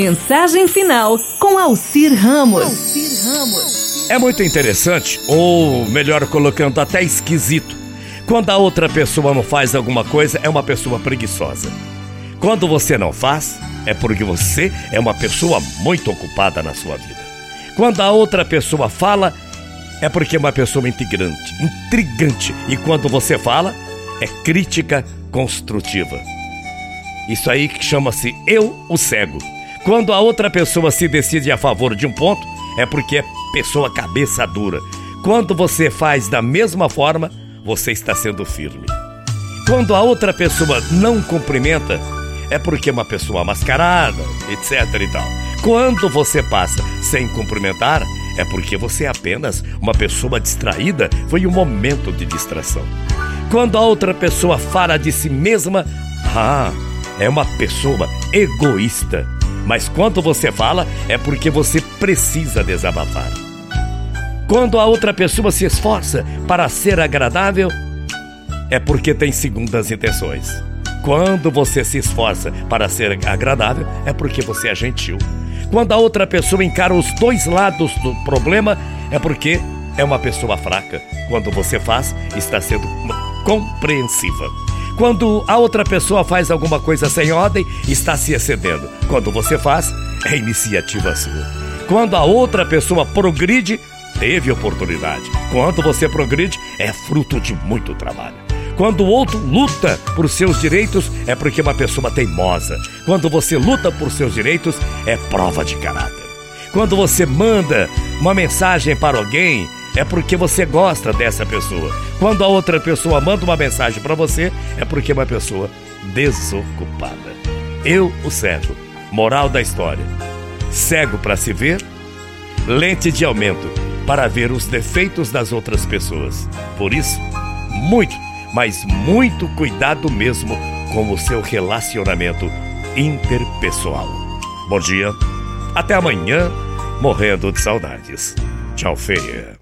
Mensagem final com Alcir Ramos. É muito interessante, ou melhor colocando, até esquisito. Quando a outra pessoa não faz alguma coisa, é uma pessoa preguiçosa. Quando você não faz, é porque você é uma pessoa muito ocupada na sua vida. Quando a outra pessoa fala, é porque é uma pessoa intrigante. E quando você fala, é crítica construtiva. Isso aí que chama-se eu, o cego. Quando a outra pessoa se decide a favor de um ponto, é porque é pessoa cabeça dura. Quando você faz da mesma forma, você está sendo firme. Quando a outra pessoa não cumprimenta, é porque é uma pessoa mascarada, etc e tal. Quando você passa sem cumprimentar, é porque você é apenas uma pessoa distraída, foi um momento de distração. Quando a outra pessoa fala de si mesma, é uma pessoa egoísta. Mas quando você fala, é porque você precisa desabafar. Quando a outra pessoa se esforça para ser agradável, é porque tem segundas intenções. Quando você se esforça para ser agradável, é porque você é gentil. Quando a outra pessoa encara os dois lados do problema, é porque é uma pessoa fraca. Quando você faz, está sendo compreensiva. Quando a outra pessoa faz alguma coisa sem ordem, está se excedendo. Quando você faz, é iniciativa sua. Quando a outra pessoa progride, teve oportunidade. Quando você progride, é fruto de muito trabalho. Quando o outro luta por seus direitos, é porque é uma pessoa teimosa. Quando você luta por seus direitos, é prova de caráter. Quando você manda uma mensagem para alguém, é porque você gosta dessa pessoa. Quando a outra pessoa manda uma mensagem para você, é porque é uma pessoa desocupada. Eu, o cego. Moral da história: cego para se ver, lente de aumento para ver os defeitos das outras pessoas. Por isso, muito, mas muito cuidado mesmo com o seu relacionamento interpessoal. Bom dia, até amanhã, morrendo de saudades. Tchau, feia.